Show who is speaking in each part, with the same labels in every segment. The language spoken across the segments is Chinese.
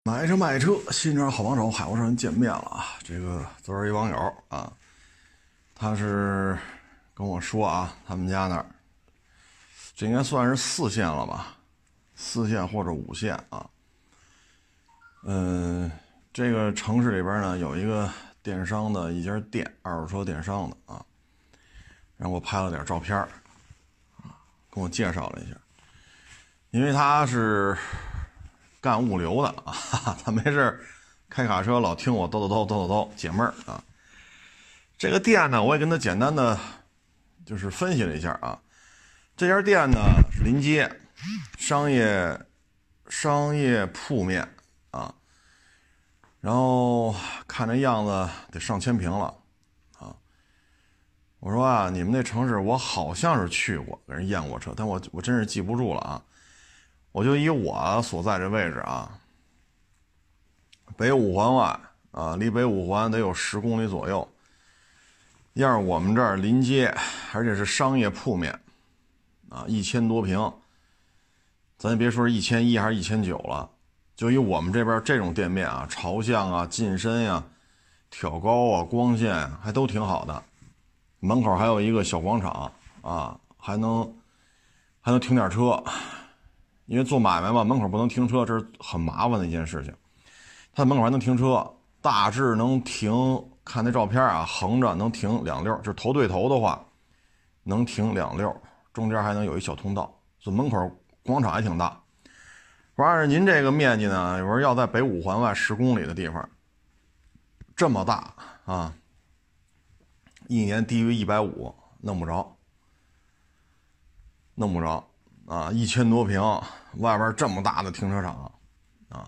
Speaker 1: 买车卖车，新车好帮手，海沃车人见面了啊！这个昨儿一网友啊，他是跟我说啊，他们家那儿这应该算是4线了吧，4线或者5线啊。这个城市里边呢有一个电商的一家店，二手车电商的啊，让我拍了点照片啊，跟我介绍了一下，因为他是干物流的啊，他没事开卡车老听我叨解闷儿啊。这个店呢，我也跟他简单的就是分析了一下啊。这家店呢是临街商业铺面啊，然后看这样子得上千平了啊。我说啊，你们那城市我好像是去过，给人验过车，但我真是记不住了啊。我就以我所在这位置啊，北五环外啊，离北五环得有10公里左右。要是我们这儿临街，而且是商业铺面啊，1000多平，咱也别说是1100还是1900了，就以我们这边这种店面啊，朝向啊、进深呀、挑高啊、光线啊还都挺好的，门口还有一个小广场啊，还能停点车。因为做买卖嘛，门口不能停车，这是很麻烦的一件事情。他门口还能停车，大致能停，看那照片啊，横着能停2溜，就是头对头的话，能停2溜，中间还能有一小通道，所以门口广场还挺大。我按照您这个面积呢，有时候要在北五环外10公里的地方，这么大啊，一年低于150，弄不着啊，1000多平，外边这么大的停车场啊，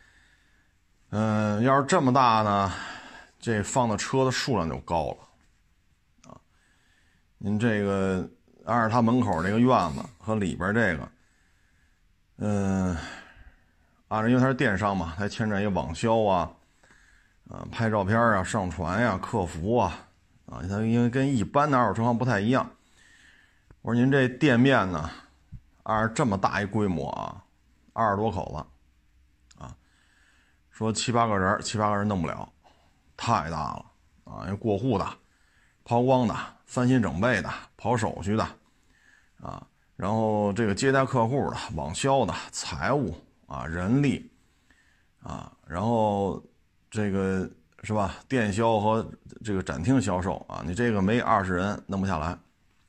Speaker 1: 要是这么大呢，这放的车的数量就高了啊。您这个按照他门口这个院子和里边这个，按照因为他是电商嘛，他牵扯一网销啊，拍照片啊、上传呀、客服啊，他因为跟一般的二手车行不太一样。我说您这店面呢？按这么大一规模啊，20多口子啊，说7、8个人弄不了，太大了啊！因为过户的、抛光的、翻新整备的、跑手续的啊，然后这个接待客户的、网销的、财务啊、人力啊，然后这个是吧？电销和这个展厅销售啊，你这个没20人弄不下来。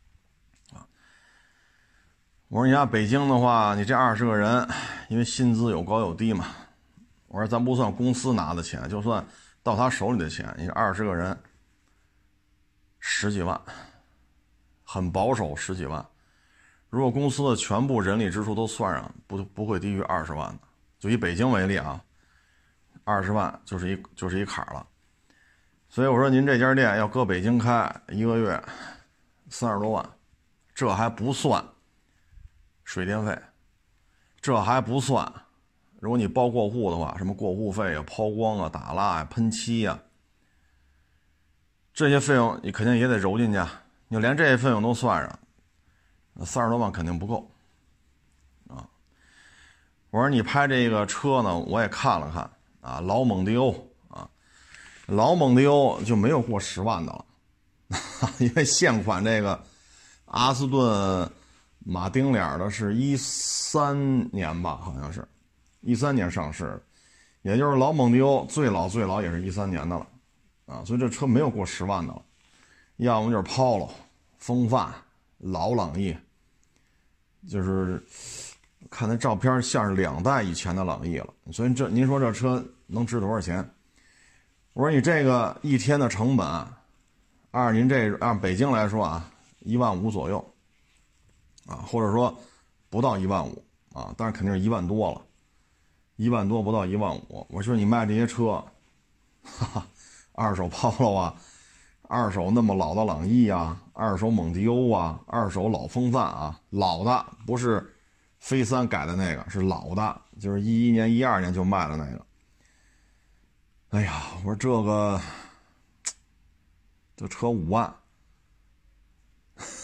Speaker 1: 我说你像北京的话，你这20个人，因为薪资有高有低嘛。我说咱不算公司拿的钱，就算到他手里的钱，你20个人10几万，很保守10几万。如果公司的全部人力支出都算上，不会低于20万的。就以北京为例啊，20万就是一坎了。所以我说您这家店要搁北京开，1个月30多万，这还不算水电费，这还不算，如果你包过户的话，什么过户费啊、抛光啊、打蜡呀、喷漆呀，这些费用你肯定也得揉进去，你连这些费用都算上，30多万肯定不够啊。我说你拍这个车呢，我也看了看啊，老蒙迪欧啊，老蒙迪欧就没有过10万的了，因为现款这个阿斯顿马丁脸的是13年吧，好像是13年上市，也就是老蒙迪欧最老也是13年的了啊，所以这车没有过10万的了，要么就是 Polo、风范、老朗逸，就是看那照片像是2代以前的朗逸了，所以您说这车能值多少钱？我说你这个一天的成本，您这按北京来说啊，15000左右。或者说不到15000啊，但是肯定是1万多了，1万多不到15000。我说你卖这些车，二手 Polo 啊，二手那么老的朗逸啊，二手蒙迪欧啊，二手老风范啊，老的不是飞3改的那个，是老的，就是11年、12年就卖了那个。哎呀，我说这车5万。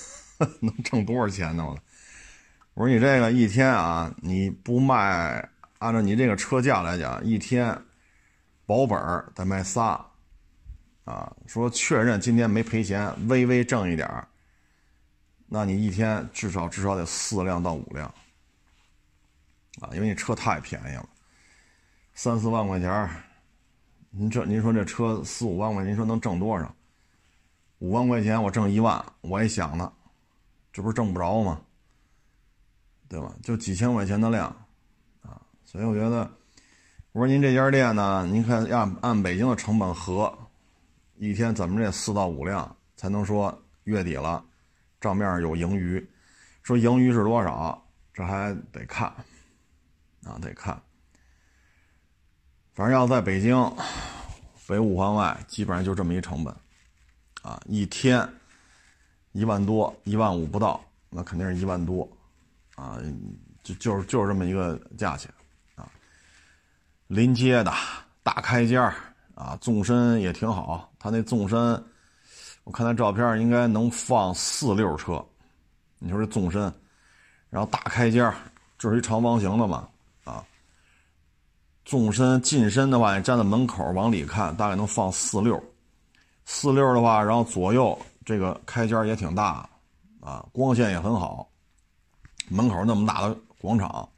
Speaker 1: 能挣多少钱呢？我说你这个一天啊，你不卖按照你这个车价来讲，一天保本得卖仨啊。说确认今天没赔钱，微微挣一点，那你一天至少得4辆到5辆啊，因为你车太便宜了，3、4万块钱，您说这车4、5万块钱，您说能挣多少？5万块钱我挣1万，我也想呢，这不是挣不着吗？对吧？就几千块钱的量啊，所以我觉得，我说您这家店呢，您看按北京的成本合，一天怎么这4到5辆才能说月底了，账面有盈余？说盈余是多少？这还得看啊，得看。反正要在北京北五环外，基本上就这么一成本啊，一天1万多，1万5不到，那肯定是1万多。啊，就是这么一个价钱啊，临街的大开间啊，纵深也挺好。他那纵深，我看那照片应该能放4、6车。你说这纵深，然后大开间，这是一长方形的嘛啊，纵深近身的话，你站在门口往里看，大概能放4、6。4、6的话，然后左右这个开间也挺大啊，光线也很好。门口那么大的广场，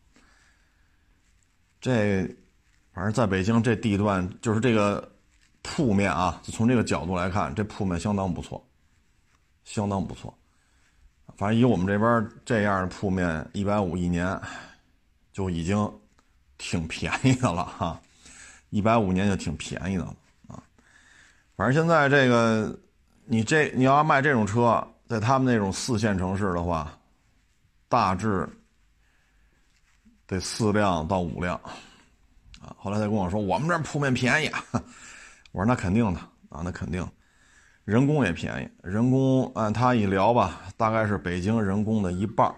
Speaker 1: 这反正在北京这地段，就是这个铺面啊，就从这个角度来看，这铺面相当不错，相当不错。反正以我们这边这样的铺面，150一年就已经挺便宜的了哈，150年就挺便宜的了啊。反正现在这个你要卖这种车，在他们那种4线城市的话，大致得4辆到5辆啊。后来他跟我说，我们这铺面便宜啊。我说那肯定的啊，那肯定。人工也便宜，人工按他一聊吧，大概是北京人工的一半，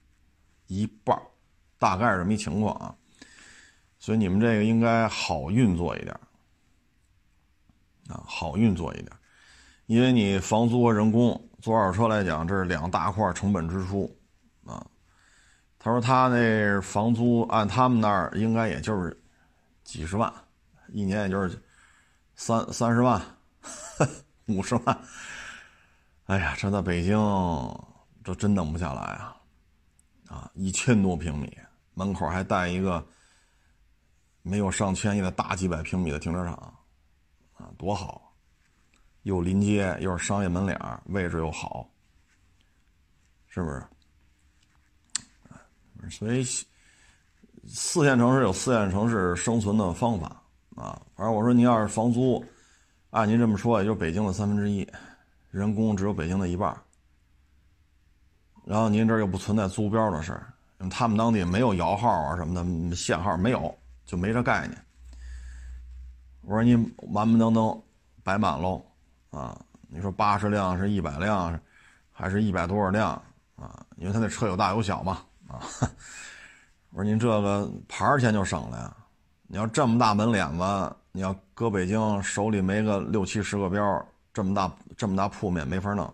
Speaker 1: 大概是这么一情况啊。所以你们这个应该好运作一点啊，好运作一点，因为你房租和人工做二手车来讲，这是2大块成本支出啊。他说他那房租按他们那儿应该也就是几十万，一年也就是30万50万。哎呀，这在北京这真弄不下来啊！1000多平米，门口还带一个没有上千亿的大几百平米的停车场啊，多好！又临街，又是商业门脸，位置又好，是不是？所以4线城市有4线城市生存的方法啊。反正我说您要是房租按您这么说，也就是北京的1/3，人工只有北京的一半，然后您这儿又不存在租标的事儿，他们当地没有摇号啊什么的，限号没有，就没这概念。我说你满满登登摆满喽啊！你说80辆是100辆，还是100多少辆啊？因为他那车有大有小嘛啊。我说您这个牌钱就省了呀！你要这么大门脸子，你要搁北京手里没个6、70个标，这么大铺面没法弄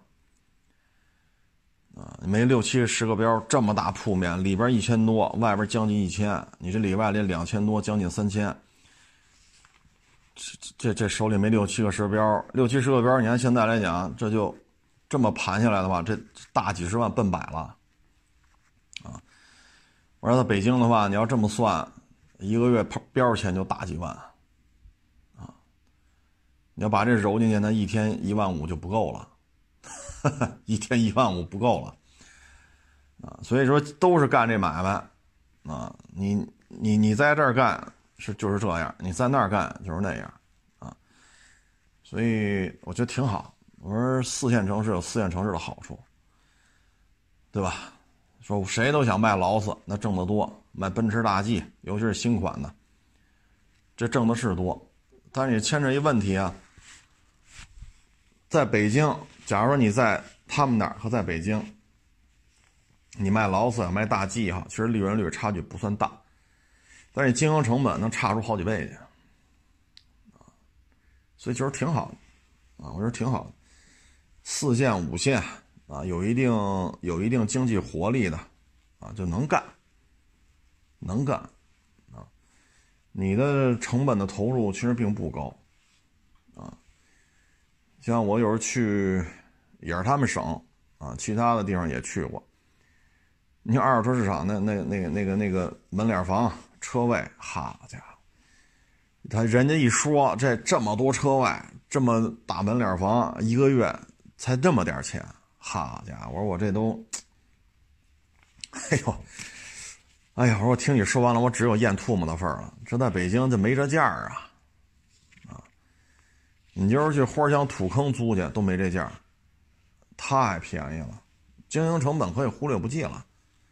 Speaker 1: 啊！没6、70个标，这么大铺面，里边1000多，外边将近1000，你这里外里2000多，将近3000。这手里没6、7个10标，6、70个标，你看现在来讲，这就这么盘下来的话，这大几十万奔100了啊！我说在北京的话，你要这么算，一个月标钱就大几万啊！你要把这揉进去，那一天1万5就不够了，一天1万5不够了啊！所以说都是干这买卖啊，你在这儿干就是这样，你在那儿干就是那样啊，所以我觉得挺好。我说4线城市有4线城市的好处，对吧？说谁都想卖劳斯，那挣得多，卖奔驰大 G， 尤其是新款的，这挣的是多，但是也牵扯一问题啊。在北京，假如说你在他们那儿和在北京，你卖劳斯卖大 G 哈，其实利润率差距不算大，但是经营成本能差出好几倍去所以就是挺好的啊，我觉得挺好的。4线5线啊，有一定经济活力的啊，就能干啊。 你的成本的投入其实并不高啊。像我有时候去也是他们省啊，其他的地方也去过。你看二手车市场那个门脸房车位，好家伙，人家一说这么多车位，这么大门脸房，一个月才这么点钱，好家伙，我说我这都，哎呦，哎呀，我听你说完了，我只有咽唾沫的份儿了。这在北京就没这价儿啊，你就是去花乡土坑租去都没这价儿，太便宜了，经营成本可以忽略不计了。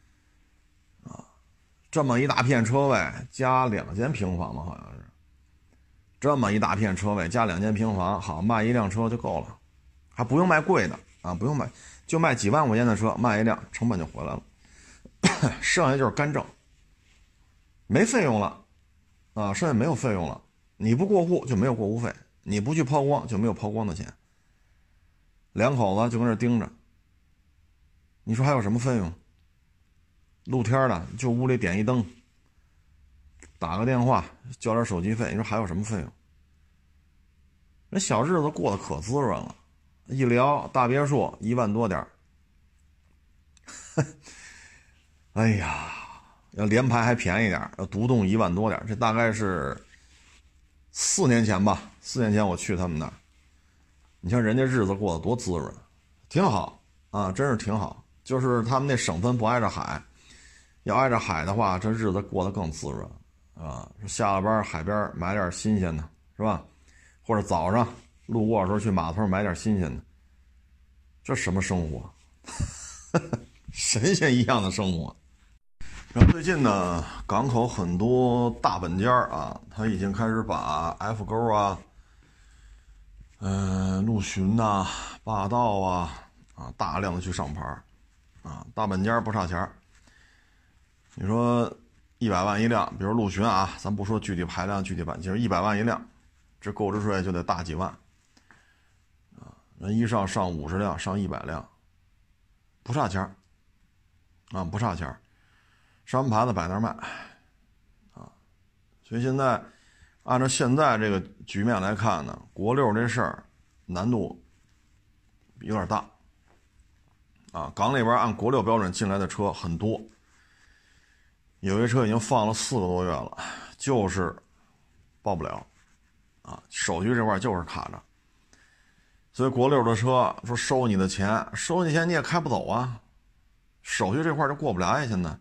Speaker 1: 这么一大片车位加2间平房嘛，好像是。这么一大片车位加2间平房，好，卖一辆车就够了，还不用卖贵的啊，不用卖，就卖几万块钱的车，卖一辆成本就回来了，剩下就是干挣，没费用了啊，剩下没有费用了，你不过户就没有过户费，你不去抛光就没有抛光的钱，两口子就跟这盯着，你说还有什么费用？露天的就屋里点一灯，打个电话交点手机费，你说还有什么费用？人小日子过得可滋润了，一聊大别墅1万多点哎呀，要连排还便宜点，要独栋1万多点，这大概是4年前吧，4年前我去他们那儿，你看人家日子过得多滋润，挺好啊，真是挺好。就是他们那省份不挨着海，要挨着海的话，这日子过得更滋润啊。下了班海边买点新鲜的，是吧？或者早上路过的时候去码头买点新鲜的，这什么生活？神仙一样的生活。然后最近呢，港口很多大本家啊，他已经开始把 F 勾啊、陆巡呐、霸道啊大量的去上牌啊，大本家不差钱。你说100万一辆，比如陆巡啊，咱不说具体排量、具体版，就是100万一辆，这购置税就得大几万啊，人一上50辆，上100辆，不差钱啊，不差钱。上完牌子摆那儿卖啊，所以现在按照现在这个局面来看呢，国六这事儿难度有点大啊。港里边按国六标准进来的车很多，有些车已经放了4个多月了，就是报不了啊，手续这块就是卡着。所以国六的车说收你的钱，收你钱你也开不走啊，手续这块就过不来现在。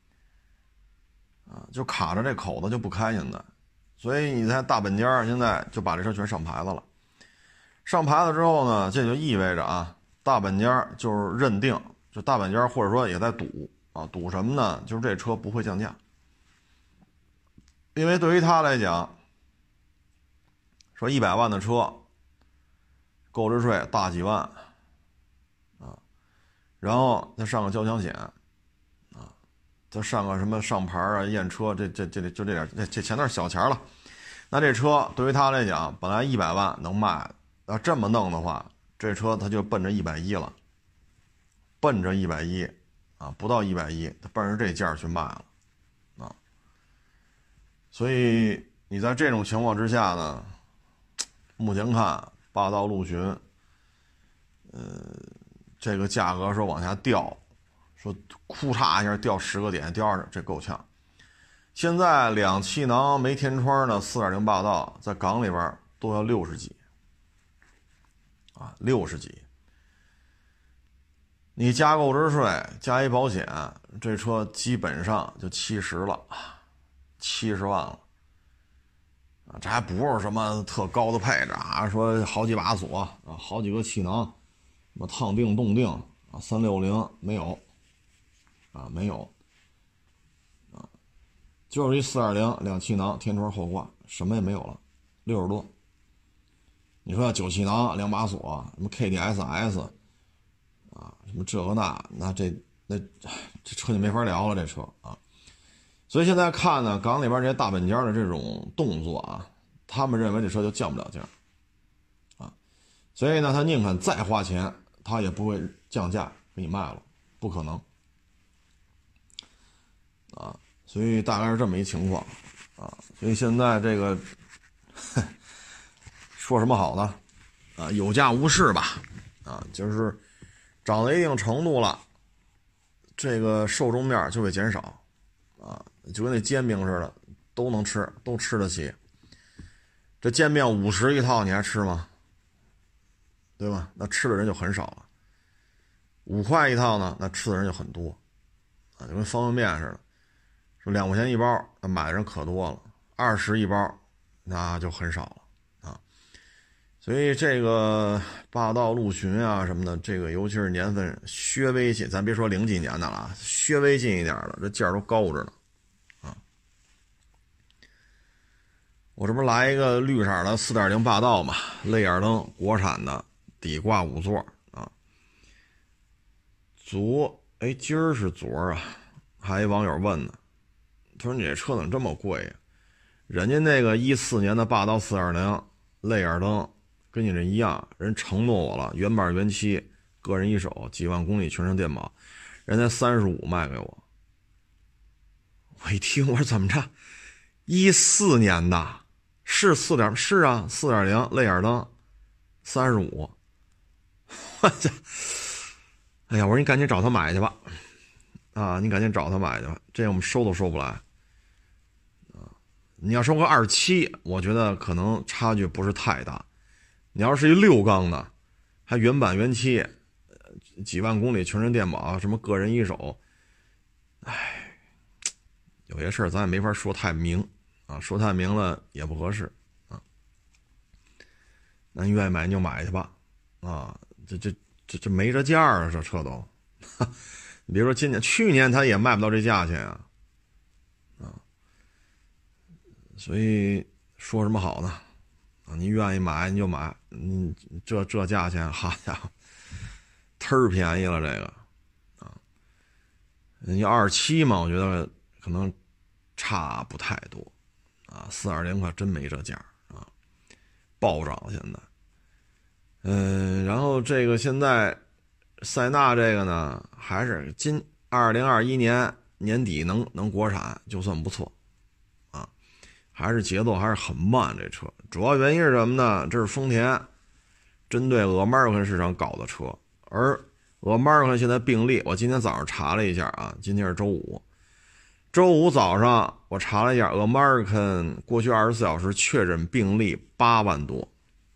Speaker 1: 就卡着这口子就不开现在，所以你在大本家现在就把这车全上牌子了。上牌子之后呢，这就意味着啊，大本家就是认定，就大本家或者说也在赌啊，赌什么呢？就是这车不会降价，因为对于他来讲，说100万的车，购置税大几万啊，然后再上个交强险。再上个什么上牌啊、验车，就这点，这钱都是小钱了。那这车对于他来讲，本来100万能卖，要这么弄的话，这车他就奔着110了，奔着110啊，不到110，他奔着这价去卖了啊。所以你在这种情况之下呢，目前看霸道陆巡，这个价格说往下掉。说库嚓一下掉10个点，掉20，这够呛。现在2气囊没天窗的 4.0 霸道在港里边都要60几啊，60几。你加购置税加一保险，这车基本上就70了，70万了啊！这还不是什么特高的配置啊，说好几把锁啊，好几个气囊，什么烫定、冻定啊，360没有。没有就是一4.0 2气囊天窗后挂，什么也没有了，60多。你说要9气囊2把锁，什么 KDSS 啊，什么这个那这车就没法聊了，这车啊。所以现在看呢，港里边这些大本家的这种动作啊，他们认为这车就降不了价啊，所以呢，他宁肯再花钱，他也不会降价给你卖了，不可能。所以大概是这么一情况所以现在这个说什么好呢？有价无市吧，就是涨到一定程度了，这个受众面就会减少，就跟那煎饼似的，都能吃，都吃得起。这煎饼50一套，你还吃吗？对吧？那吃的人就很少了。5块一套呢，那吃的人就很多，就跟方便面似的，说2块钱一包，那买的人可多了，20一包，那就很少了。所以这个霸道陆巡啊什么的，这个尤其是年份稍微近，咱别说零几年的了，稍微近一点的，这价都高着呢。我这不来一个绿色的 4.0 霸道嘛，泪眼灯，国产的，底挂5座啊。今儿是昨儿啊，还有网友问呢，他说你这车怎么这么贵呀？人家那个14年的霸道 4.0 泪眼灯跟你这一样，人承诺我了，原版原漆，个人一手，几万公里全程电保，人家35卖给我。我一听我说怎么着，14年的是啊 4.0 泪眼灯35，我这哎呀，我说你赶紧找他买去吧，你赶紧找他买去吧，这我们收都收不来。你要收个27，我觉得可能差距不是太大。你要是一6缸的，还原版原漆，几万公里全程电保，什么个人一手，有些事儿咱也没法说太明说太明了也不合适那你愿意买你就买去吧这没这价啊，这车都你别说去年他也卖不到这价钱所以说什么好呢你愿意买你就买，这价钱好家伙忒便宜了这个你27嘛，我觉得可能差不太多4.0可真没这价暴涨现在。然后这个现在塞纳这个呢，还是2021年年底能国产就算不错还是节奏还是很慢。这车主要原因是什么呢？这是丰田针对American 市场搞的车，而American 现在病例，我今天早上查了一下今天是周五早上我查了一下 American 过去24小时确诊病例8万多，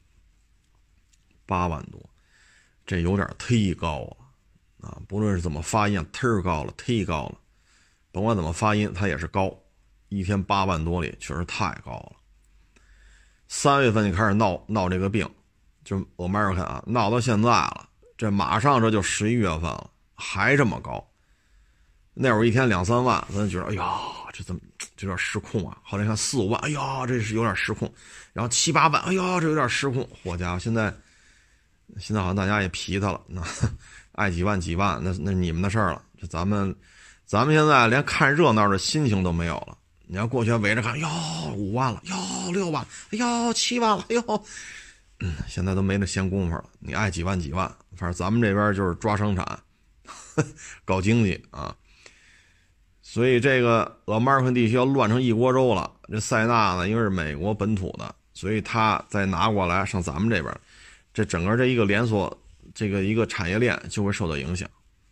Speaker 1: 这有点忒高了不论是怎么发音忒高了，甭管怎么发音它也是高，一天8万多例确实太高了。3月份就开始闹这个病，就 American 闹到现在了，这马上这就11月份了，还这么高。那会儿一天2-3万，咱觉得哎呀，这怎么这有点失控啊？后来看4-5万，哎呀，这是有点失控。然后7-8万，哎呀，这有点失控。伙家伙，现在好像大家也皮他了，那爱几万，那你们的事儿了。这咱们现在连看热闹的心情都没有了。你要过去围着看，哟，5万了，哟，6万，哎呦，7万了，哎呦，现在都没那闲工夫了。你爱几万，反正咱们这边就是抓生产，搞经济所以这个American地区要乱成一锅粥了。这塞纳呢，因为是美国本土的，所以他再拿过来上咱们这边，这整个这一个连锁，这个一个产业链就会受到影响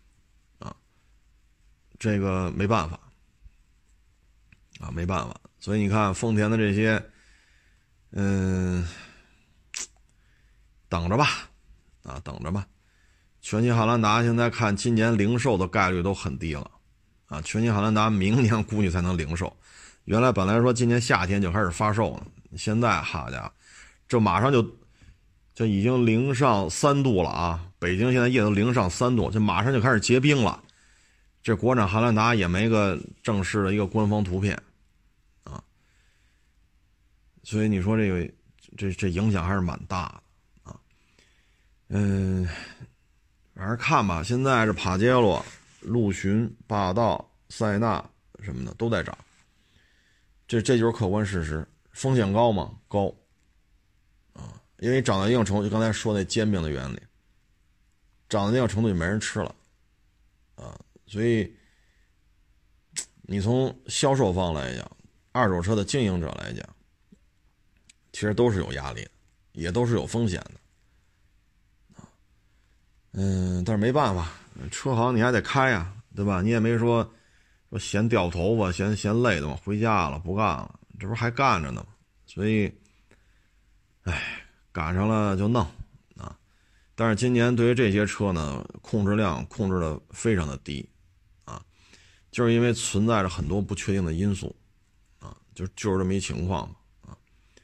Speaker 1: 这个没办法没办法。所以你看丰田的这些等着吧等着吧。全新汉兰达现在看今年零售的概率都很低了全新汉兰达明年估计才能零售，原来本来说今年夏天就开始发售呢，现在好家伙，这马上就已经零上3度了北京现在夜都零上3度，这马上就开始结冰了。这国产汉兰达也没个正式的一个官方图片所以你说这个这影响还是蛮大的反正看吧，现在这帕杰罗、陆巡、霸道、塞纳什么的都在涨，这就是客观事实。风险高吗？高因为涨到一定程度，就刚才说那煎饼的原理，涨到那定程度就没人吃了所以你从销售方来讲， 二手车的经营者来讲，其实都是有压力的，也都是有风险的。但是没办法，车行你还得开呀，对吧？你也没说嫌掉头发，嫌累的嘛，回家了不干了，这不是还干着呢吗？所以，赶上了就弄啊。但是今年对于这些车呢，控制量控制的非常的低啊，就是因为存在着很多不确定的因素啊，就是这么一情况啊。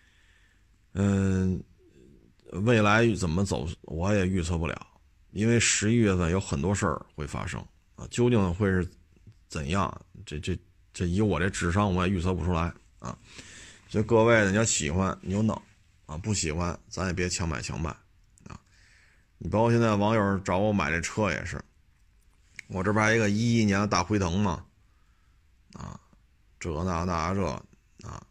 Speaker 1: 未来怎么走我也预测不了，因为11月份有很多事儿会发生啊，究竟会是怎样？这以我这智商我也预测不出来啊。所以各位你要喜欢你就弄啊，不喜欢咱也别强买强卖啊。你包括现在网友找我买这车也是，我这不还一个11年的大辉腾吗？啊，这啊，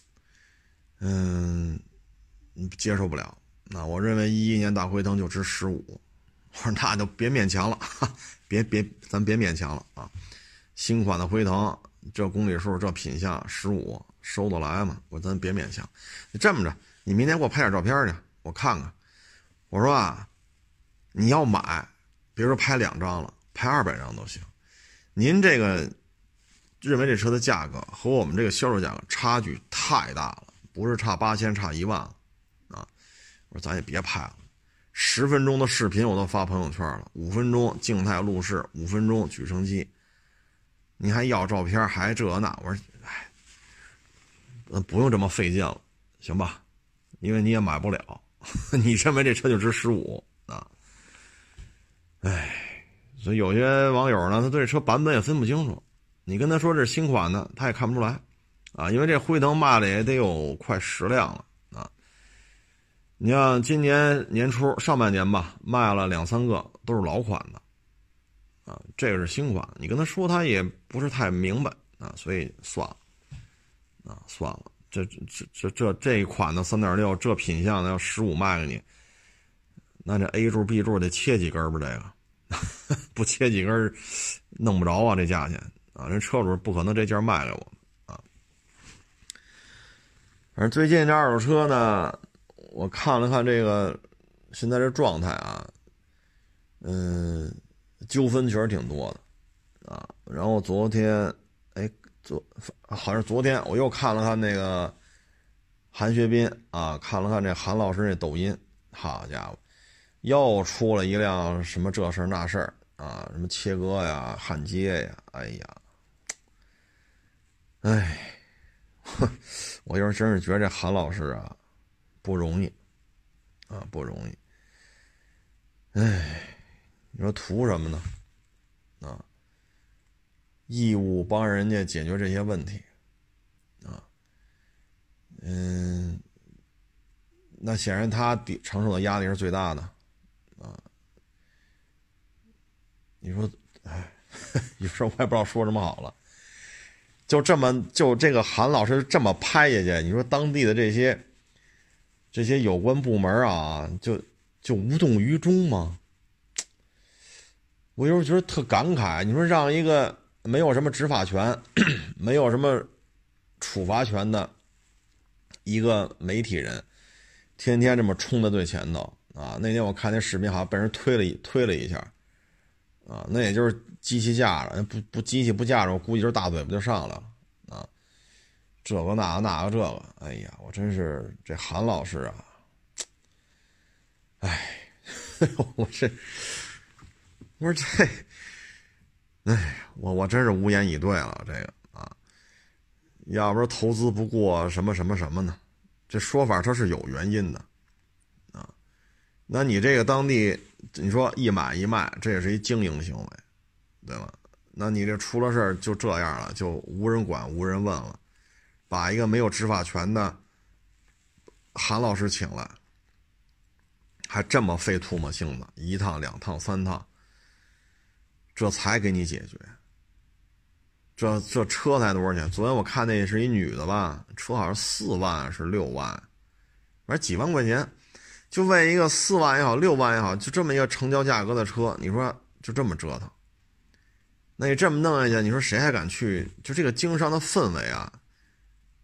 Speaker 1: 接受不了。那我认为11年大辉腾就值15，我说那就别勉强了，咱别勉强了啊。新款的辉腾这公里数这品相15收得来吗？我说咱别勉强。你这么着，你明天给我拍点照片去，我看看。我说啊，你要买，别说拍2张了，拍200张都行。您这个认为这车的价格和我们这个销售价格差距太大了，不是差8000，差1万了啊！我说咱也别拍了，10分钟的视频我都发朋友圈了，5分钟静态录视，5分钟举升机，你还要照片，还这那，我说，不用这么费劲了，行吧？因为你也买不了，你认为这车就值15啊？所以有些网友呢，他对这车版本也分不清楚。你跟他说这是新款的，他也看不出来啊，因为这辉腾卖了也得有快10辆了啊。你像今年年初上半年吧，卖了2-3个都是老款的啊，这个是新款，你跟他说他也不是太明白啊，所以算了啊，算了，这一款的3.6这品相的要15卖给你，那这 A 柱 B 柱得切几根吧？这个不切几根弄不着啊，这价钱啊，人车主不可能这价卖给我啊。反正最近这二手车呢，我看了看这个现在这状态啊，纠纷确实挺多的啊。然后昨天，好像昨天我又看了看那个韩学斌啊，看了看这韩老师那抖音，好家伙，又出了一辆什么这事那事啊，什么切割呀、焊接呀，哎呀，我有时真是觉得这韩老师啊不容易啊，不容易。你说图什么呢？啊，义务帮人家解决这些问题啊，那显然他承受的压力是最大的啊。你说，有时候我也不知道说什么好了。就这个韩老师这么拍下去，你说当地的这些有关部门啊，就无动于衷吗？我有时候觉得特感慨，你说让一个没有什么执法权、没有什么处罚权的一个媒体人，天天这么冲在最前头啊！那天我看那视频，好像被人推了一下啊，那也就是机器架着，不机器不架着，我估计就是大嘴巴就上来了啊！这个那个这个，哎呀，我真是这韩老师啊，我说这，我真是无言以对了，这个啊，要不然投资不过什么什么什么呢？这说法它是有原因的啊。那你这个当地，你说一买一卖，这也是一经营行为，对吧？那你这出了事儿就这样了，就无人管无人问了，把一个没有执法权的韩老师请来，还这么费唾沫星子，1趟2趟3趟，这才给你解决。这车才多少钱？昨天我看那是一女的吧，车好像4万是6万，反正几万块钱，就为一个4万也好6万也好，就这么一个成交价格的车，你说就这么折腾，那你这么弄下去，你说谁还敢去？就这个经商的氛围啊，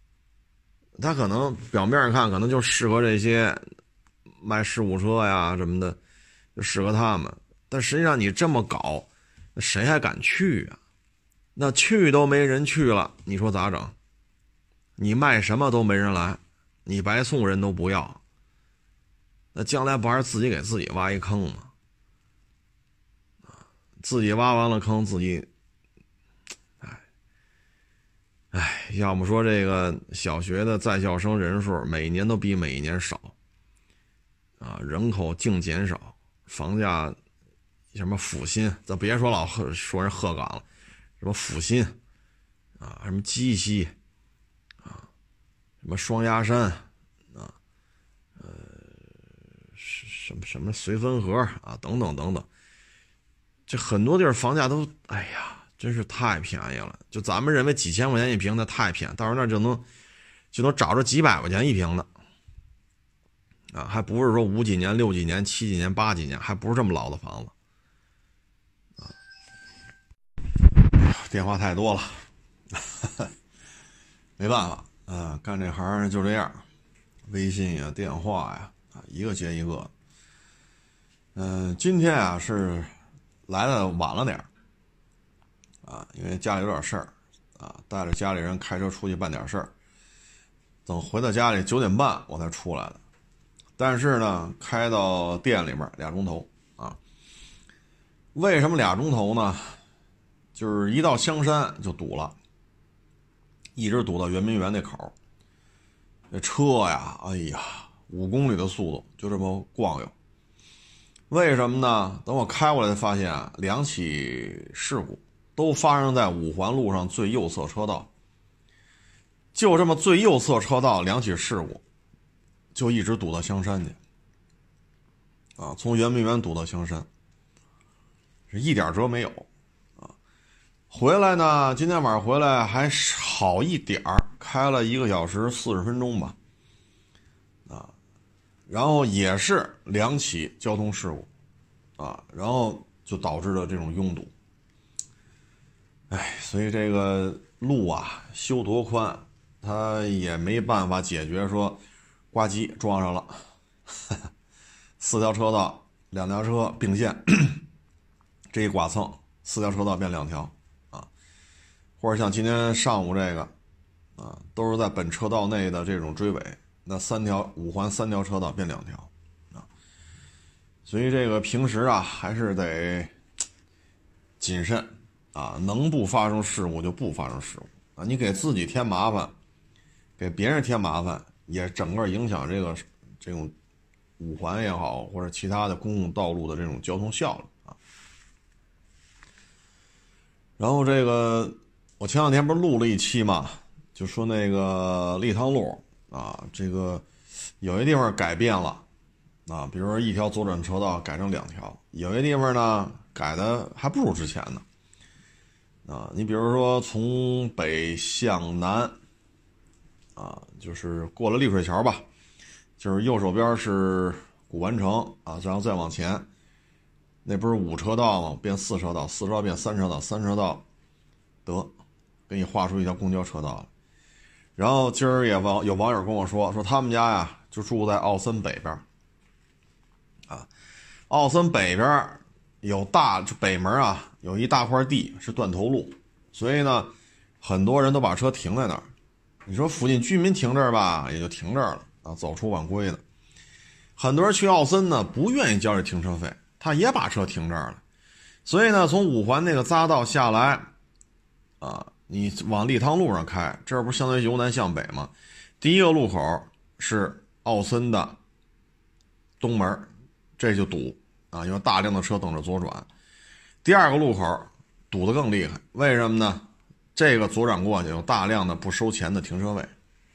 Speaker 1: 它可能表面上看可能就适合这些卖事故车呀什么的，就适合他们。但实际上你这么搞，那谁还敢去啊？那去都没人去了，你说咋整？你卖什么都没人来，你白送人都不要，那将来不还是自己给自己挖一坑吗？自己挖完了坑，自己，要么说这个小学的在校生人数每年都比每一年少，人口净减少，房价什么阜新，咱别说老说人鹤岗了，什么阜新什么鸡西什么双鸭山什么绥芬河等等等等，这很多地儿房价都真是太便宜了。就咱们认为几千块钱一平的太便宜，到时候那就能找着几百块钱一平的还不是说5几年、6几年、7几年、8几年，还不是这么老的房子电话太多了没办法干这行就这样，微信呀、电话呀一个接一个。今天是来的晚了点因为家里有点事儿带着家里人开车出去办点事儿，等回到家里9点半我才出来的。但是呢，开到店里面2钟头为什么2钟头呢？就是一到香山就堵了，一直堵到圆明园那口。这车呀5公里的速度就这么逛悠。为什么呢？等我开过来才发现2起事故都发生在5环路上最右侧车道。就这么最右侧车道2起事故，就一直堵到香山去从圆明园堵到香山，是一点辙没有回来呢，今天晚上回来还好一点开了1个小时40分钟吧然后也是2起交通事故然后就导致了这种拥堵。所以这个路修多宽，它也没办法解决说呱唧撞上了4条车道2辆车并线这一剐蹭4条车道变2条或者像今天上午这个都是在本车道内的这种追尾，那5环3条车道变2条所以这个平时还是得谨慎能不发生事故就不发生事故你给自己添麻烦，给别人添麻烦，也整个影响这种5环也好，或者其他的公共道路的这种交通效率然后这个我前2天不是录了一期嘛，就说那个立汤路这个有些地方改变了比如说1条左转车道改成2条，有些地方呢改的还不如之前呢你比如说从北向南就是过了丽水桥吧，就是右手边是古玩城然后再往前那不是5车道吗？变4车道，4车道变3车道，3车道得给你划出一条公交车道了。然后今儿也有网友跟我说他们家就住在奥森北边奥森北边有就北门有一大块地是断头路，所以呢很多人都把车停在那儿。你说附近居民停这儿吧，也就停这儿了早出晚归的。很多人去奥森呢不愿意交这停车费，他也把车停这儿了。所以呢从5环那个匝道下来你往立汤路上开，这不相当于由南向北吗？第一个路口是奥森的东门，这就堵有大量的车等着左转。第二个路口堵得更厉害，为什么呢？这个左转过去有大量的不收钱的停车位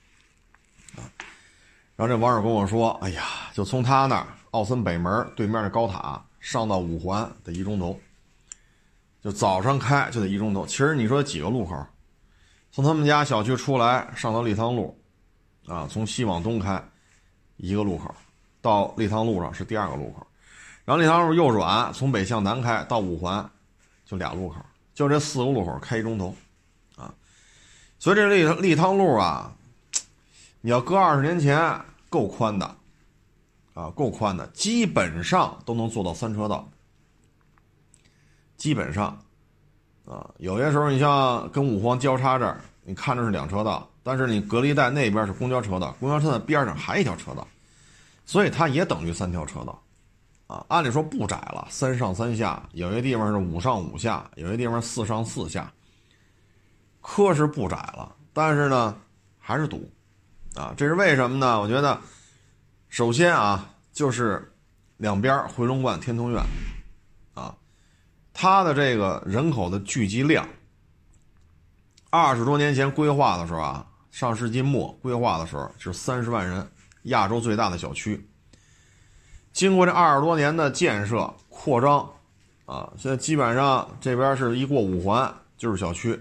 Speaker 1: 然后这网友跟我说就从他那儿奥森北门对面的高塔上到5环得1钟头，就早上开就得1钟头。其实你说几个路口，从他们家小区出来上到立汤路从西往东开1个路口，到立汤路上是第2个路口，然后立汤路右转从北向南开到5环就2路口，就这4个路口开1钟头所以这立汤路你要搁20年前够宽的啊，够宽的，基本上都能做到3车道，基本上啊，有些时候你像跟5环交叉这儿，你看着是2车道，但是你隔离带那边是公交车道，公交车道边上还一条车道，所以它也等于3条车道啊。按理说不窄了，3上3下，有些地方是5上5下，有些地方4上4下，科是不窄了，但是呢还是堵啊。这是为什么呢？我觉得首先啊，就是两边回龙观天通苑啊，它的这个人口的聚集量，20多年前规划的时候啊，上世纪末规划的时候是30万人，亚洲最大的小区。经过这20多年的建设扩张啊，现在基本上这边是一过5环就是小区，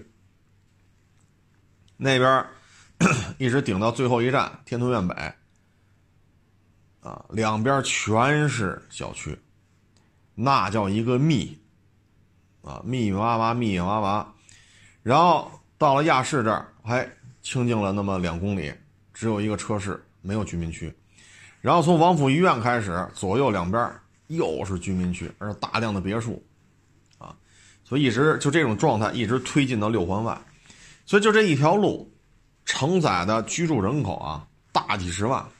Speaker 1: 那边一直顶到最后一站天通苑北啊，两边全是小区，那叫一个密啊，密密麻麻，密密麻麻。然后到了亚市这儿，还清静了那么2公里，只有一个车市，没有居民区。然后从王府医院开始，左右两边又是居民区，而且大量的别墅啊，所以一直就这种状态一直推进到6环外。所以就这一条路承载的居住人口啊，大几十万。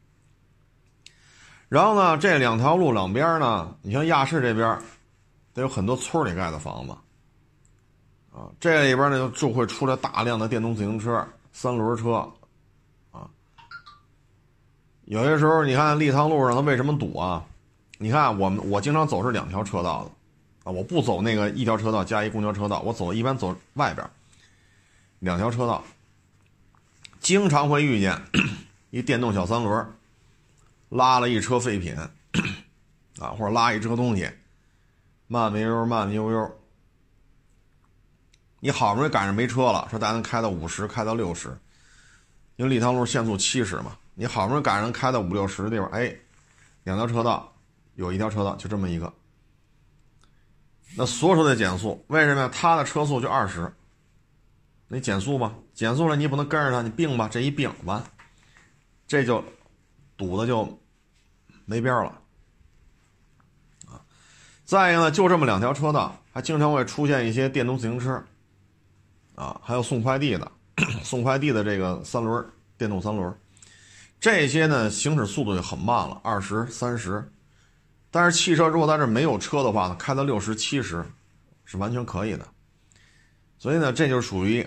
Speaker 1: 然后呢，这2条路两边呢，你像亚市这边得有很多村里盖的房子啊，这里边呢就会出来大量的电动自行车、3轮车啊。有些时候你看立汤路上它为什么堵啊？你看我经常走是2条车道的啊，我不走那个1条车道加一公交车道，我一般走外边2条车道，经常会遇见一电动小3轮拉了一车废品啊，或者拉一车东西，慢慢悠悠，你好不容易赶上没车了，说大家能开到50，开到60，因为立汤路限速70嘛，你好不容易赶上开到50、60的地方，哎，2条车道有1条车道就这么一个，那所有车得减速，为什么呀？他的车速就20，你减速吧，减速了你不能跟着他，你并吧，这一并完，这就堵的就没边了啊！再一个呢，就这么2条车道，还经常会出现一些电动自行车啊，还有送快递的，送快递的这个电动3轮，这些呢行驶速度就很慢了，20、30，但是汽车如果在这没有车的话呢，开到60、70是完全可以的。所以呢，这就属于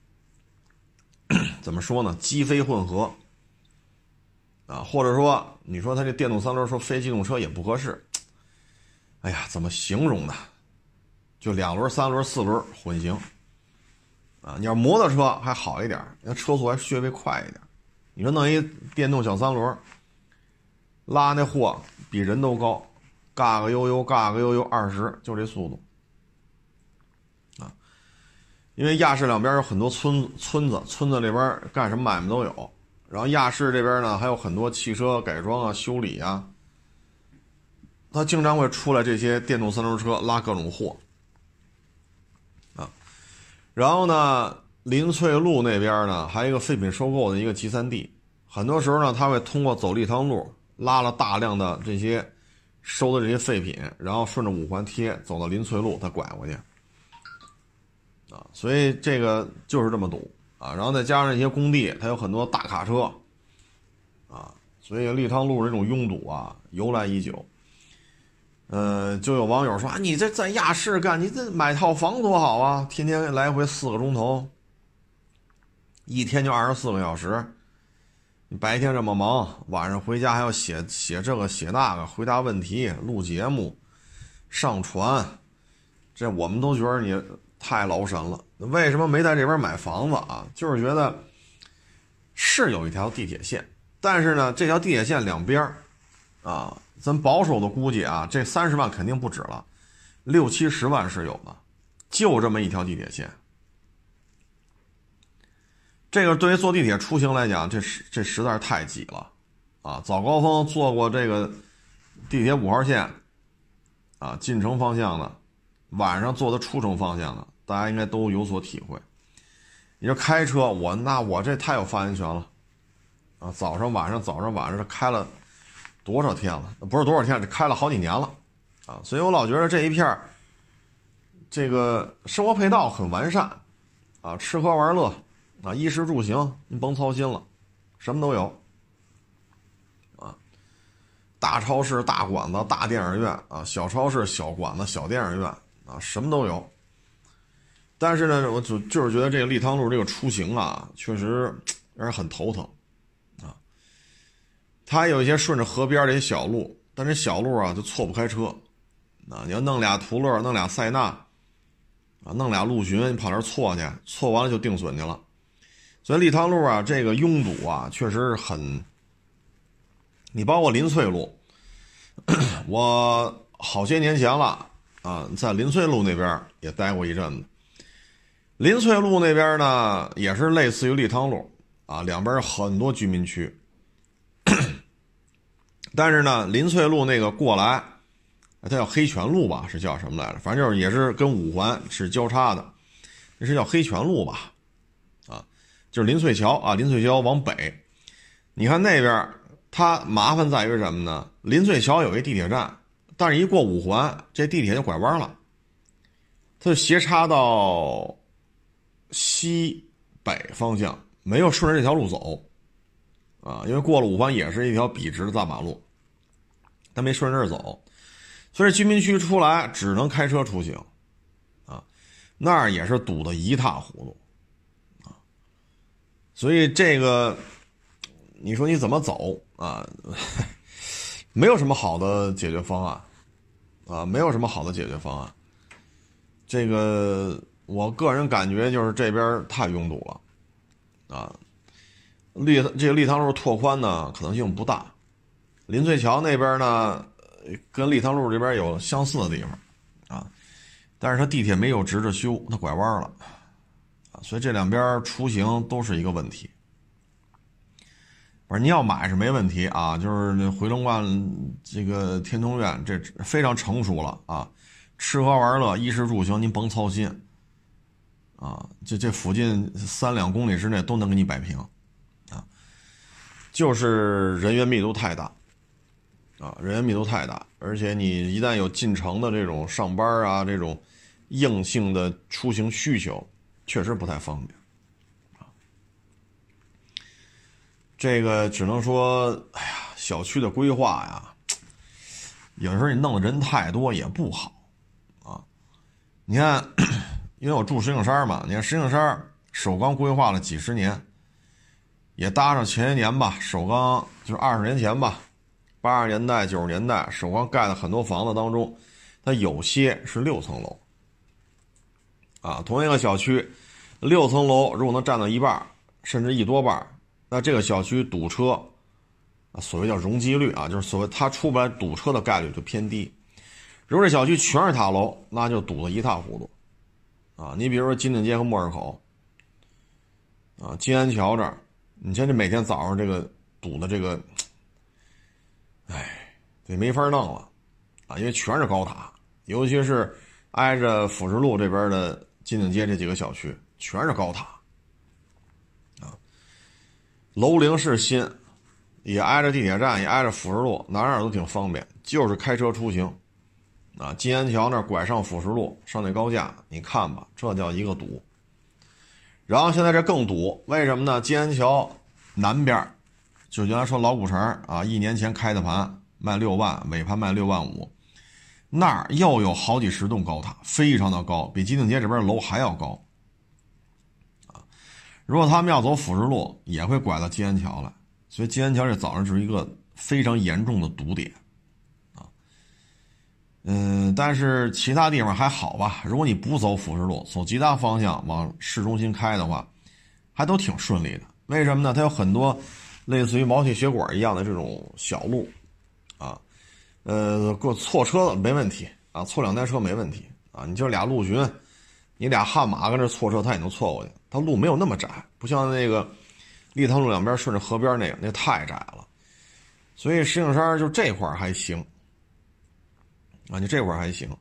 Speaker 1: 怎么说呢，机非混合啊，或者说你说它这电动3轮说非机动车也不合适，哎呀，怎么形容呢？就2轮、3轮、4轮混行啊。你要摩托车还好一点，那车速还略微快一点。你说弄一电动小3轮，拉那货比人都高，嘎嘎悠悠20，就这速度啊。因为亚市两边有很多村子里边干什么买卖都有。然后亚市这边呢，还有很多汽车改装啊、修理啊，他经常会出来这些电动3轮车拉各种货啊。然后呢，林翠路那边呢，还有一个废品收购的一个集散地，很多时候呢，他会通过走立汤路拉了大量的这些收的这些废品，然后顺着5环贴走到林翠路，他拐过去啊。所以这个就是这么堵啊，然后再加上一些工地，它有很多大卡车啊，所以立汤路这种拥堵啊由来已久。就有网友说啊，你这在亚市干，你这买套房多好啊，天天来回4个钟头，一天就24个小时，你白天这么忙，晚上回家还要写这个写那个，回答问题、录节目、上传，这我们都觉得你太劳神了。为什么没在这边买房子啊？就是觉得是有一条地铁线，但是呢，这条地铁线两边啊，咱保守的估计啊，这30万肯定不止了，60、70万是有的，就这么一条地铁线。这个对于坐地铁出行来讲，这实在是太挤了啊！早高峰坐过这个地铁5号线啊，进城方向的，晚上坐的出城方向的，大家应该都有所体会。你说开车，我这太有发言权了啊，早上晚上这开了多少天了？不是多少天，这开了好几年了啊。所以我老觉得这一片这个生活配套很完善啊，吃喝玩乐啊，衣食住行您甭操心了，什么都有啊。大超市、大馆子、大电影院啊，小超市、小馆子、小电影院啊，什么都有。但是呢，我就是觉得这个立汤路这个出行啊，确实让人很头疼啊。它有一些顺着河边的一些小路，但这小路啊就错不开车啊。你要弄俩途乐，弄俩塞纳啊，弄俩陆巡，你跑那儿错去，错完了就定损去了。所以立汤路啊，这个拥堵啊，确实很。你包括林翠路，我好些年前了啊，在林翠路那边也待过一阵子。林翠路那边呢，也是类似于立汤路啊，两边很多居民区。但是呢，林翠路那个过来，它叫黑泉路吧，是叫什么来着？反正就是也是跟五环是交叉的，这是叫黑泉路吧？啊，就是林翠桥啊，林翠桥往北，你看那边它麻烦在于什么呢？林翠桥有一地铁站，但是一过五环，这地铁就拐弯了，它就斜插到西北方向，没有顺着这条路走啊，因为过了五环也是一条笔直的大马路，但没顺着这儿走，所以居民区出来只能开车出行啊，那儿也是堵得一塌糊涂啊，所以这个你说你怎么走啊？没有什么好的解决方案啊，没有什么好的解决方案。这个我个人感觉就是这边太拥堵了啊。这个立汤路拓宽呢可能性不大，林翠桥那边呢跟立汤路这边有相似的地方啊，但是它地铁没有直着修，它拐弯了啊，所以这两边出行都是一个问题。不是，你要买是没问题啊，就是回龙观这个天通苑这非常成熟了啊，吃喝玩乐衣食住行您甭操心啊，这附近3-2公里之内都能给你摆平啊，就是人员密度太大啊，人员密度太大，而且你一旦有进城的这种上班啊，这种硬性的出行需求，确实不太方便。这个只能说，哎呀，小区的规划呀，有时候你弄的人太多也不好啊。你看，因为我住石景山嘛，你看石景山首钢规划了几十年，也搭上前些年吧，首钢就是20年前吧，80年代、90年代，首钢盖的很多房子当中，它有些是6层楼啊。同一个小区，6层楼如果能占到一半，甚至一多半。那这个小区堵车啊，所谓叫容积率啊，就是所谓它出不来堵车的概率就偏低。如果这小区全是塔楼，那就堵得一塌糊涂啊。你比如说金鼎街和莫市口啊，金安桥这儿，你看这每天早上这个堵的这个，哎，这没法弄了啊，因为全是高塔，尤其是挨着辅食路这边的金鼎街这几个小区全是高塔。楼龄是新，也挨着地铁站，也挨着辅食路，哪都挺方便，就是开车出行啊。金安桥那儿拐上辅食路，上那高架，你看吧，这叫一个堵。然后现在这更堵，为什么呢？金安桥南边就原来说老古城啊，1年前开的盘卖6万，尾盘卖6万5，那儿又有好几十栋高塔，非常的高，比金鼎街这边楼还要高。如果他们要走辅食路，也会拐到金安桥来，所以金安桥这早上是一个非常严重的堵点啊。但是其他地方还好吧，如果你不走辅食路，走其他方向往市中心开的话，还都挺顺利的。为什么呢？它有很多类似于毛细血管一样的这种小路啊，过错车没问题啊，错2台车没问题啊，你就俩陆巡，你俩悍马跟这错车，它也能错过去。它路没有那么窄，不像那个立汤路两边顺着河边那太窄了。所以石景山就这块还行啊，你这块还行。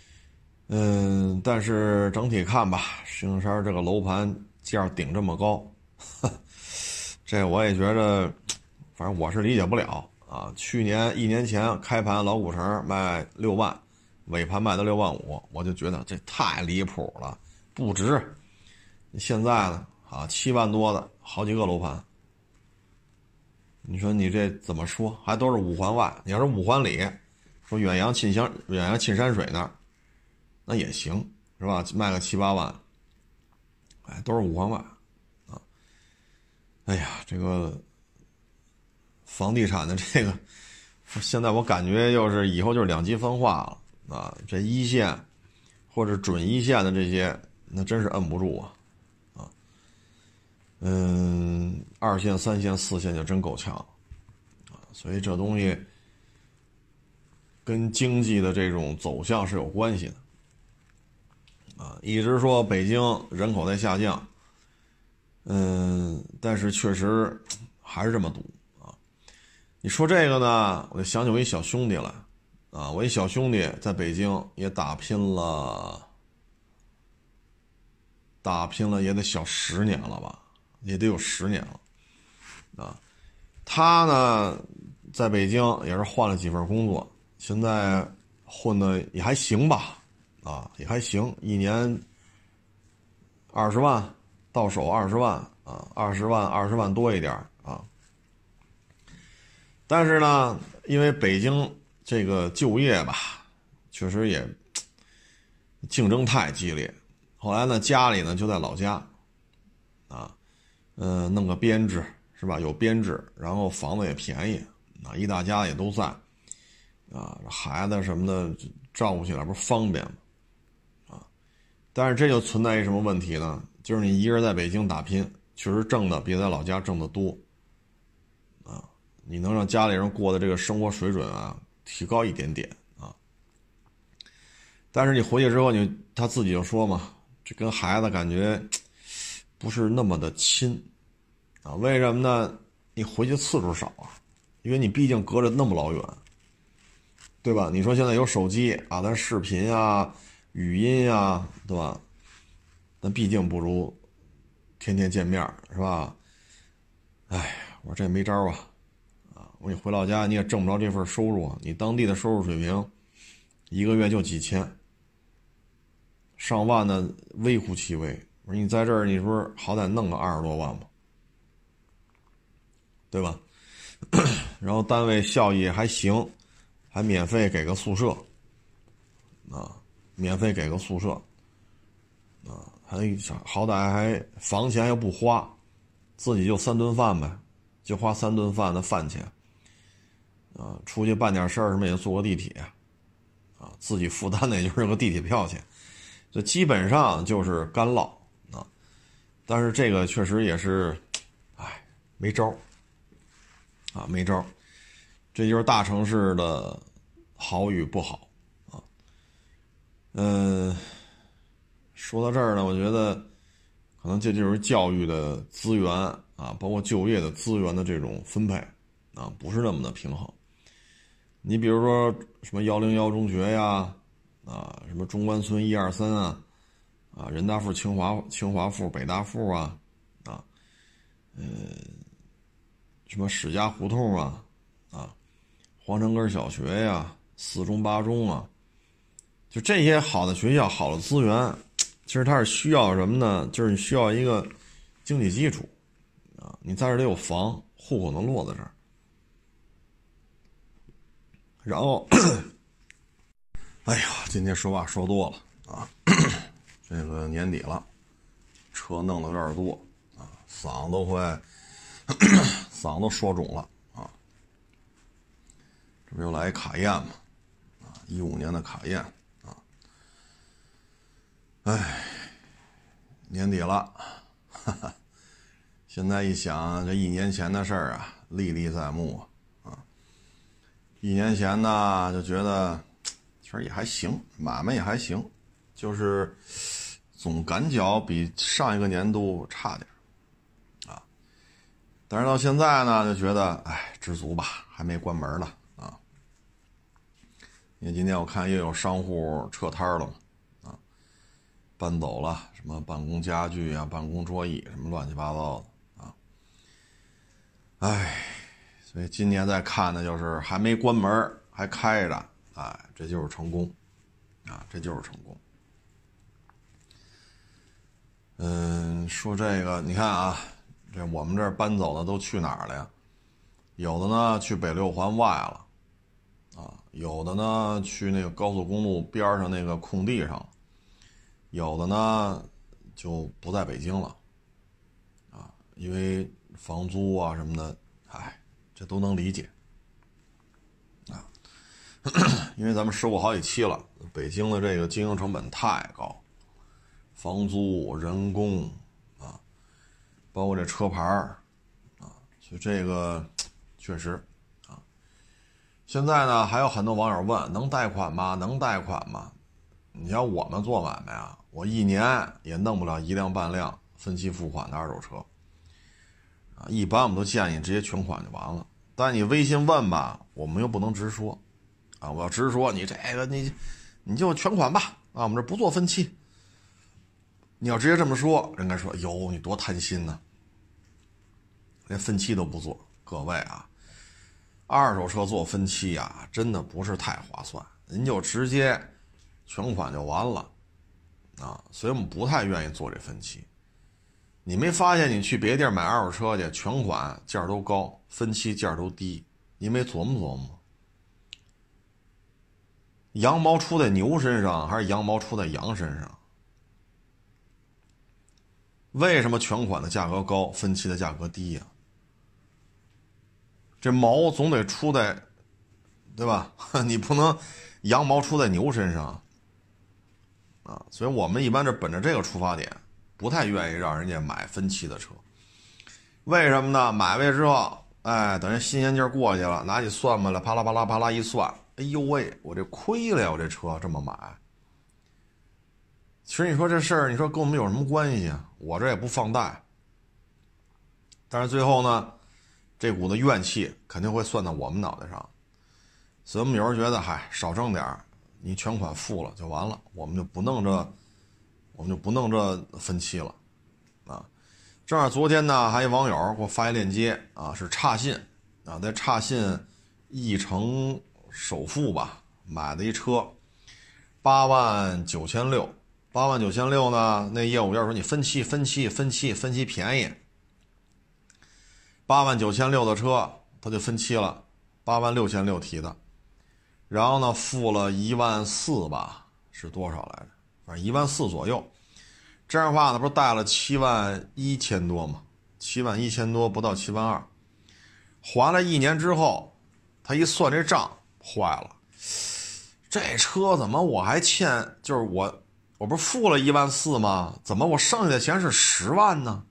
Speaker 1: 但是整体看吧，石景山这个楼盘价顶这么高，这我也觉得反正我是理解不了啊。去年1年前开盘老古城卖6万，尾盘卖到6万5，我就觉得这太离谱了，不值。现在呢啊，7万多的好几个楼盘，你说你这怎么说？还都是5环外，你要是5环里，说远洋沁山水那儿，那也行是吧？卖个7、8万，哎，都是5环外啊。哎呀，这个房地产的这个，现在我感觉就是以后就是2极分化了啊。这一线或者准一线的这些，那真是摁不住啊。2线、3线、4线就真够呛啊，所以这东西跟经济的这种走向是有关系的啊。一直说北京人口在下降，但是确实还是这么堵啊。你说这个呢，我就想起我一小兄弟来啊，我一小兄弟在北京也打拼了也得小10年了吧。也得有10年了，啊，他呢，在北京也是换了几份工作，现在混的也还行吧，啊，也还行，一年20万到手20万啊，20万多一点啊。但是呢，因为北京这个就业吧，确实也竞争太激烈，后来呢，家里呢就在老家，啊。弄个编制是吧？有编制，然后房子也便宜啊，一大家也都在啊，孩子什么的照顾起来不是方便吗？啊，但是这就存在一什么问题呢？就是你一个人在北京打拼，确实挣的比在老家挣得多啊，你能让家里人过的这个生活水准啊提高一点点啊。但是你回去之后，他自己就说嘛，这跟孩子感觉不是那么的亲。啊，为什么呢？你回去次数少啊，因为你毕竟隔着那么老远，对吧？你说现在有手机啊，咱视频啊、语音啊，对吧？但毕竟不如天天见面，是吧？哎，我说这没招啊，啊，我说你回老家你也挣不着这份收入啊，你当地的收入水平一个月就几千，上万的微乎其微。我说你在这儿，你说好歹弄个20多万吧。对吧？然后单位效益还行，还免费给个宿舍，啊，免费给个宿舍，啊，还好歹还房钱又不花，自己就3顿饭呗，就花3顿饭的饭钱，啊，出去办点事儿什么也坐个地铁，啊，自己负担的也就是个地铁票钱，这基本上就是干唠啊。但是这个确实也是，哎，没招。啊，没招，这就是大城市的好与不好啊。说到这儿呢，我觉得可能这就是教育的资源啊，包括就业的资源的这种分配啊，不是那么的平衡。你比如说什么101中学呀，啊，什么中关村1、2、3啊，啊，人大附、清华附、北大附啊，啊，什么史家胡同啊，啊，皇城根小学呀，4中8中啊，就这些好的学校、好的资源，其实它是需要什么呢？就是你需要一个经济基础啊，你在这得有房，户口能落在这儿，然后，哎呀，今天说话说多了啊，这个年底了，车弄得有点多啊，嗓子都说肿了啊！这不又来一卡宴嘛？啊，15年的卡宴啊！哎，年底了，哈哈！现在一想，这1年前的事儿啊，历历在目啊。1年前呢，就觉得其实也还行，买卖也还行，就是总感觉比上一个年度差点。但是到现在呢，就觉得哎，知足吧，还没关门呢啊。因为今天我看又有商户撤摊了嘛，啊，搬走了什么办公家具啊、办公桌椅什么乱七八糟的啊。哎， 所以今年再看的就是还没关门还开着，哎，这就是成功啊，这就是成功。说这个你看啊，这我们这儿搬走的都去哪儿了呀？有的呢去北六环外了啊，有的呢去那个高速公路边上那个空地上，有的呢就不在北京了啊，因为房租啊什么的，哎，这都能理解啊。因为咱们说过好几期了，北京的这个经营成本太高，房租、人工啊，包括这车牌啊，所以这个确实啊。现在呢，还有很多网友问，能贷款吗？能贷款吗？你像我们做买卖啊，我一年也弄不了1辆半辆分期付款的二手车啊，一般我们都建议直接全款就完了。但你微信问吧，我们又不能直说啊，我要直说你这个你就全款吧啊，我们这不做分期。你要直接这么说，人家说哟，你多贪心呢，连分期都不做。各位啊，二手车做分期啊，真的不是太划算，您就直接全款就完了啊，所以我们不太愿意做这分期。你没发现你去别地儿买二手车去，全款价都高，分期价都低，你没琢磨琢磨？羊毛出在牛身上还是羊毛出在羊身上？为什么全款的价格高，分期的价格低呀？这毛总得出在，对吧？你不能羊毛出在牛身上啊！所以我们一般是本着这个出发点，不太愿意让人家买分期的车。为什么呢？买回去之后，哎，等人新鲜劲儿过去了，拿起算盘来，啪啦啪啦啪啦一算，哎呦喂，我这亏了呀！我这车这么买。其实你说这事儿，你说跟我们有什么关系啊？我这也不放贷，但是最后呢，这股子怨气肯定会算到我们脑袋上，所以我们有人觉得，嗨，少挣点你全款付了就完了，我们就不弄这分期了啊。正好昨天呢，还有网友给我发一链接啊，是差信啊，在差信一成首付吧买的一车，89600，89600呢，那业务员说你分期便宜，89600的车他就分期了，86600提的，然后呢付了14000吧，是多少来着？反正14000左右。这样的话呢，不是贷了71000多吗？71000多不到72000，还了1年之后，他一算这账坏了，这车怎么我还欠？就是我不是付了14000吗？怎么我剩下的钱是10万呢？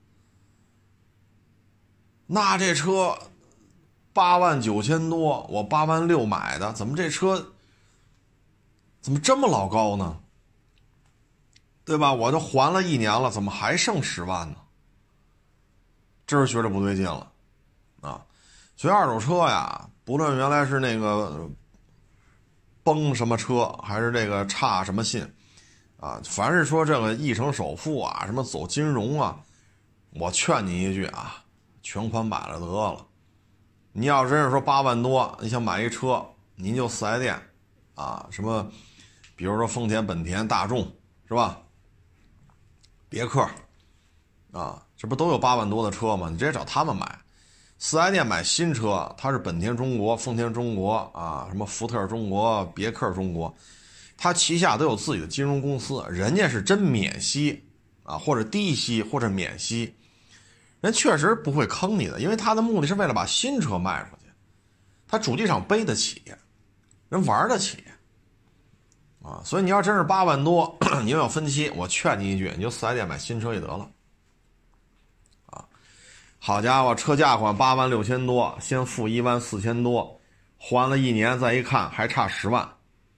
Speaker 1: 那这车89000多，我86000买的，怎么这车怎么这么老高呢？对吧？我都还了1年了，怎么还剩10万呢？这是觉得不对劲了啊！所以二手车呀，不论原来是那个崩什么车，还是这个差什么信啊，凡是说这个一成首付啊，什么走金融啊，我劝你一句啊，全款买了得了。你要真是说8万多，你想买一车，您就4S店啊，什么，比如说丰田、本田、大众，是吧？别克啊，这不都有8万多的车吗？你直接找他们买。4S店买新车，它是本田中国、丰田中国啊，什么福特中国、别克中国，它旗下都有自己的金融公司，人家是真免息啊，或者低息或者免息，人确实不会坑你的，因为他的目的是为了把新车卖出去，他主机厂背得起，人玩得起啊，所以你要真是8万多，你又要分期，我劝你一句，你就4S店买新车就得了。啊，好家伙，车价款86000多，先付14000多，还了1年，再一看还差10万，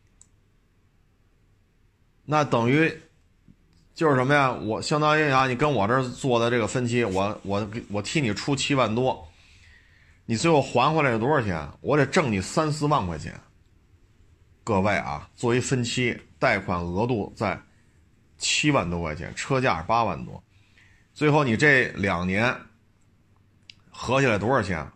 Speaker 1: 那等于就是什么呀？我相当于啊，你跟我这儿做的这个分期，我替你出7万多，你最后还回来有多少钱？我得挣你3-4万块钱。各位啊，作为分期，贷款额度在7万多块钱，车价8万多，最后你这2年合起来多少钱？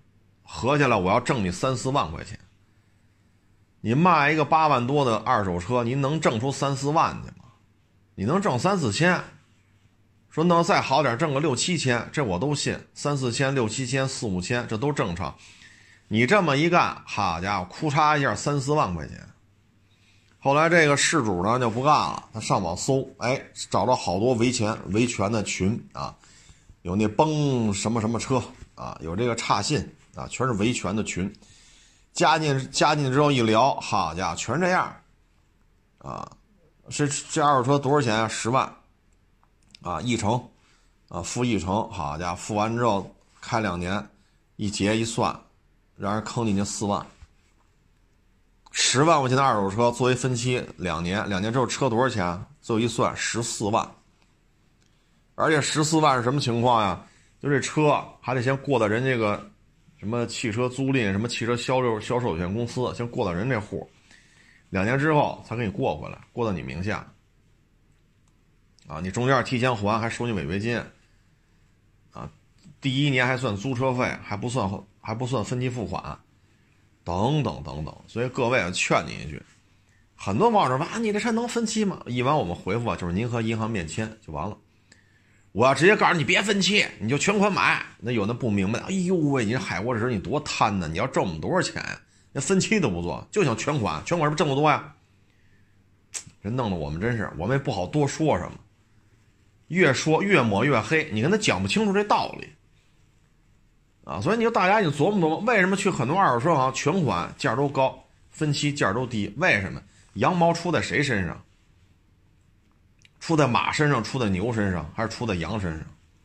Speaker 2: 合下来我要挣你3-4万块钱。你卖一个8万多的二手车，您能挣出3-4万去吗？你能挣3-4千，说能再好点挣个6-7千，这我都信。3-4千、6-7千、4-5千，这都正常。你这么一干，好家伙，哭嚓一下3-4万块钱。后来这个事主呢就不干了，他上网搜，找到好多维权的群啊，有那崩什么什么车啊，有这个差信啊，全是维权的群。加进去之后一聊，好家伙，全这样啊。这二手车多少钱啊？10万啊，一成啊，付一成，好家伙，付完之后开2年，一结一算，让人坑进去4万。10万块钱的二手车作为分期2年，2年之后车多少钱？最后一算14万。而且14万是什么情况呀？就这车还得先过到人这个什么汽车租赁、什么汽车销售有限公司，先过到人这户，2年之后才给你过回来，过到你名下。啊，你中间提前还，还收你违约金。啊，第1年还算租车费，还不算分期付款。等等等等，所以各位啊，劝你一句，很多网友说啊，你这车能分期吗？一般我们回复啊，就是您和银行面签就完了。我要直接告诉你别分期，你就全款买。那有的不明白，哎呦喂，你这海沃石你多贪呢？你要挣我们多少钱呀？那分期都不做，就想全款，全款是不是挣得多呀？这弄得我们真是，我们也不好多说什么，越说越抹越黑，你跟他讲不清楚这道理。啊，所以大家琢磨琢磨，为什么去很多二手车行全款价都高，分期价都低？为什么？羊毛出在谁身上？出在马身上，出在牛身上，还是出在羊身上？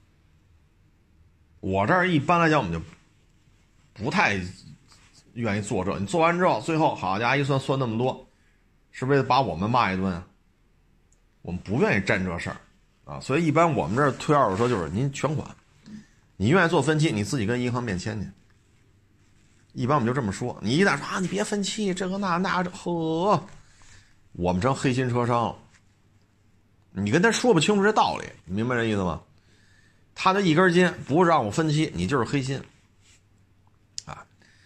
Speaker 2: 我这儿一般来讲，我们就不太愿意做这。你做完之后，最后好家伙一算那么多，是不是得把我们骂一顿啊？我们不愿意沾这事儿啊，所以一般我们这儿推二手车就是您全款。你愿意做分期，你自己跟银行面签去。一般我们就这么说。你一旦说啊，你别分期，这个那呵，我们成黑心车商了。你跟他说不清楚这道理，你明白这意思吗？他的一根筋不是让我分期，你就是黑心啊！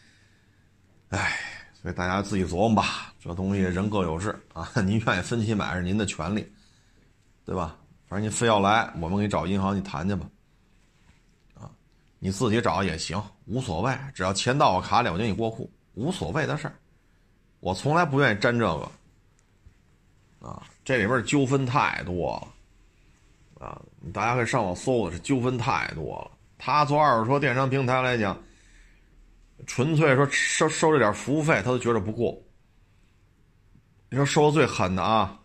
Speaker 2: 所以大家自己琢磨吧，这东西人各有志啊，您愿意分期买是您的权利，对吧？反正你非要来，我们给你找银行你谈去吧。你自己找也行，无所谓，只要钱到我卡里，我就给你过户，无所谓的事儿。我从来不愿意沾这个，啊，这里边纠纷太多了，啊，大家可以上网搜的，是纠纷太多了。他做二手车电商平台来讲，纯粹说收这点服务费，他都觉得不够。你说收的最狠的啊，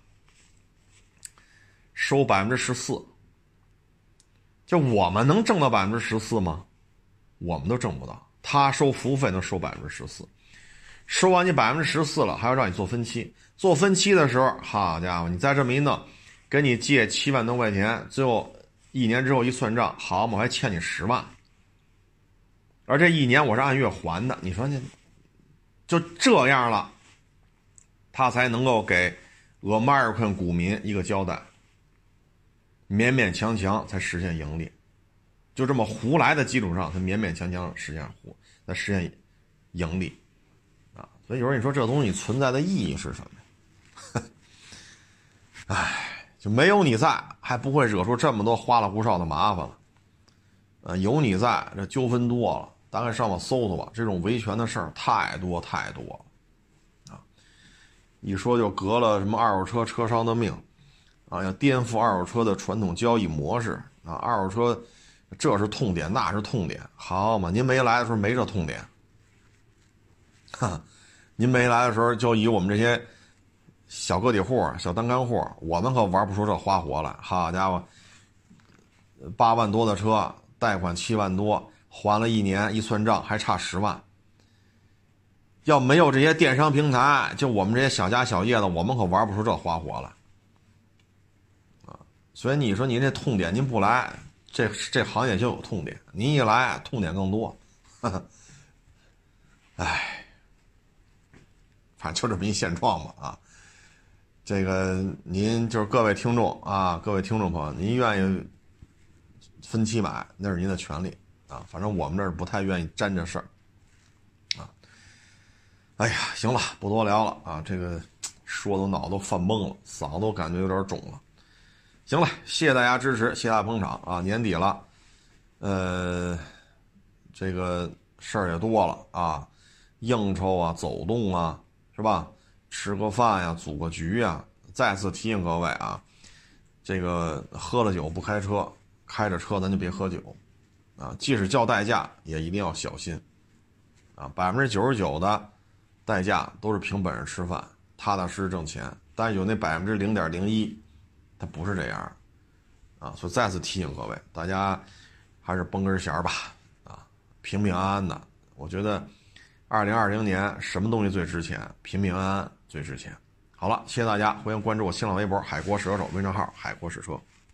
Speaker 2: 收14%，就我们能挣到14%吗？我们都挣不到。他收服务费能收14%，收完你14%了，还要让你做分期。做分期的时候，好家伙，你再这么一弄，给你借7万多块钱，最后1年之后一算账，好嘛，我还欠你10万，而这1年我是按月还的。你说你就这样了，他才能够给俄马尔肯股民一个交代，勉勉强强才实现盈利。就这么胡来的基础上，他勉勉强强实现盈利啊！所以有人你说这东西存在的意义是什么？就没有你在，还不会惹出这么多花里胡哨的麻烦了。有你在，这纠纷多了，大概上网搜搜吧，这种维权的事儿太多太多了啊！一说就革了什么二手车车商的命啊，要颠覆二手车的传统交易模式啊！二手车这是痛点，那是痛点，好嘛，您没来的时候没这痛点，您没来的时候就以我们这些小个体户、小单干户，我们可玩不出这花活来。好家伙，8万多的车，贷款7万多，还了1年，一算账还差10万。要没有这些电商平台，就我们这些小家小业的，我们可玩不出这花活来啊！所以你说您这痛点您不来，这行业就有痛点，您一来痛点更多。反正就这么一现状吧啊！这个您就是各位听众啊，各位听众朋友，您愿意分期买那是您的权利啊，反正我们这儿不太愿意沾这事儿哎呀，行了，不多聊了啊，这个说的脑都犯懵了，嗓子都感觉有点肿了。行了，谢谢大家支持，谢谢大家捧场啊！年底了，这个事儿也多了啊，应酬啊，走动啊，是吧？吃个饭呀，组个局呀。再次提醒各位啊，这个喝了酒不开车，开着车咱就别喝酒啊，即使叫代驾也一定要小心啊，99%的代驾都是凭本事吃饭，踏踏实实挣钱，但是有那0.01%，它不是这样啊，所以再次提醒各位，大家还是绷根弦吧，啊，平平安安的。我觉得2020年什么东西最值钱？平平安安最值钱。好了，谢谢大家，欢迎关注我新浪微博海阔试车手微信号海阔试车。